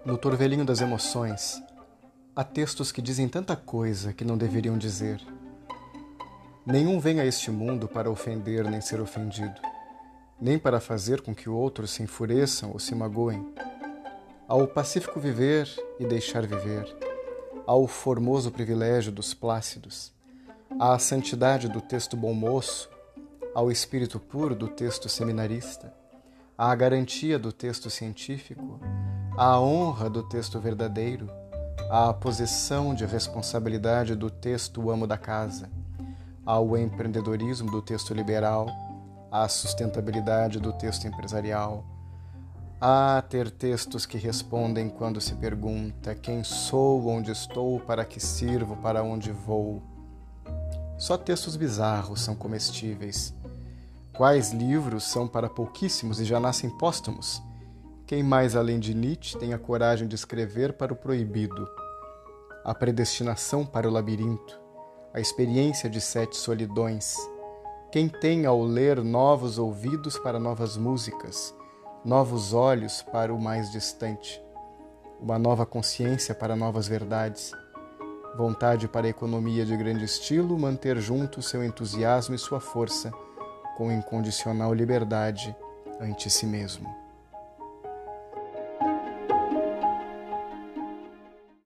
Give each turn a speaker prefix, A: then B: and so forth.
A: No torvelinho das emoções, há textos que dizem tanta coisa que não deveriam dizer. Nenhum vem a este mundo para ofender nem ser ofendido, nem para fazer com que outros se enfureçam ou se magoem. Ao pacífico viver e deixar viver, ao formoso privilégio dos plácidos, à santidade do texto bom moço, ao espírito puro do texto seminarista, à garantia do texto científico, à honra do texto verdadeiro, à posição de responsabilidade do texto amo da casa, ao empreendedorismo do texto liberal, à sustentabilidade do texto empresarial, a ter textos que respondem quando se pergunta quem sou, onde estou, para que sirvo, para onde vou. Só textos bizarros são comestíveis. Quais livros são para pouquíssimos e já nascem póstumos? Quem mais além de Nietzsche tem a coragem de escrever para o proibido? A predestinação para o labirinto, a experiência de 7 solidões. Quem tem ao ler novos ouvidos para novas músicas, novos olhos para o mais distante, uma nova consciência para novas verdades, vontade para a economia de grande estilo, manter junto seu entusiasmo e sua força, com incondicional liberdade ante si mesmo.